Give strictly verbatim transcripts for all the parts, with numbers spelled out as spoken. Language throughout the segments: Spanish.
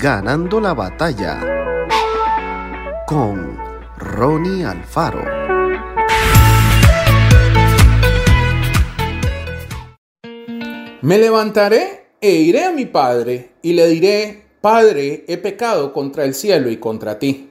Ganando la batalla con Ronnie Alfaro. Me levantaré e iré a mi padre y le diré: Padre, he pecado contra el cielo y contra ti.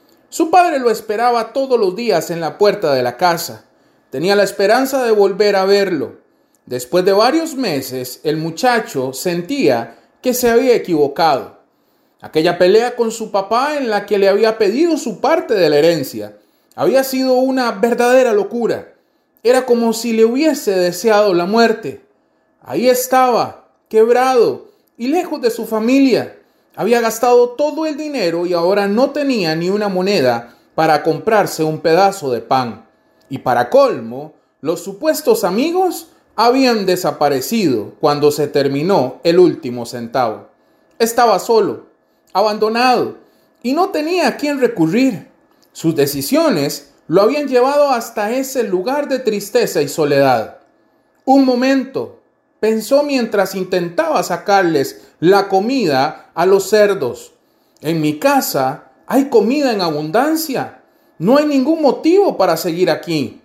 Su padre lo esperaba todos los días en la puerta de la casa. Tenía la esperanza de volver a verlo. Después de varios meses, el muchacho sentía que se había equivocado. Aquella pelea con su papá en la que le había pedido su parte de la herencia había sido una verdadera locura. Era como si le hubiese deseado la muerte. Ahí estaba, quebrado y lejos de su familia. Había gastado todo el dinero y ahora no tenía ni una moneda para comprarse un pedazo de pan. Y para colmo, los supuestos amigos habían desaparecido cuando se terminó el último centavo. Estaba solo, abandonado, y no tenía a quién recurrir. Sus decisiones lo habían llevado hasta ese lugar de tristeza y soledad. Un momento, pensó mientras intentaba sacarles la comida a los cerdos. En mi casa hay comida en abundancia. No hay ningún motivo para seguir aquí.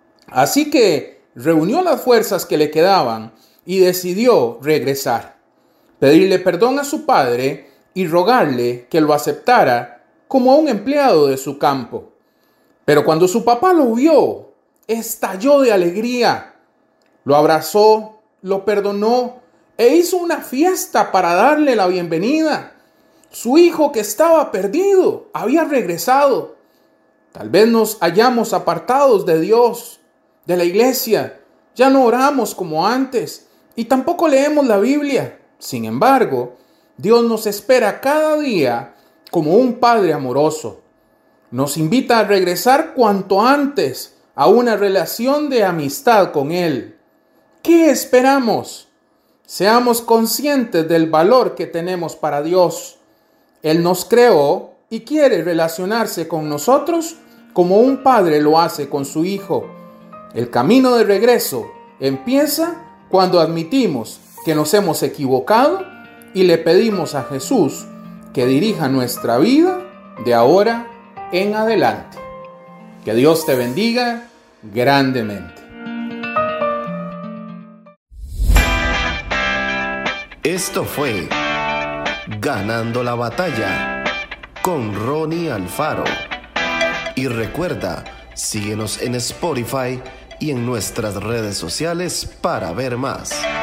Así que reunió las fuerzas que le quedaban y decidió regresar, pedirle perdón a su padre y rogarle que lo aceptara como un empleado de su campo. Pero cuando su papá lo vio, estalló de alegría. Lo abrazó, lo perdonó e hizo una fiesta para darle la bienvenida. Su hijo, que estaba perdido, había regresado. Tal vez nos hayamos apartados de Dios, de la iglesia. Ya no oramos como antes y tampoco leemos la Biblia. Sin embargo, Dios nos espera cada día como un Padre amoroso. Nos invita a regresar cuanto antes a una relación de amistad con Él. ¿Qué esperamos? Seamos conscientes del valor que tenemos para Dios. Él nos creó y quiere relacionarse con nosotros como un padre lo hace con su hijo. El camino de regreso empieza cuando admitimos que nos hemos equivocado y le pedimos a Jesús que dirija nuestra vida de ahora en adelante. Que Dios te bendiga grandemente. Esto fue Ganando la batalla con Ronnie Alfaro. Y recuerda, síguenos en Spotify y en nuestras redes sociales para ver más.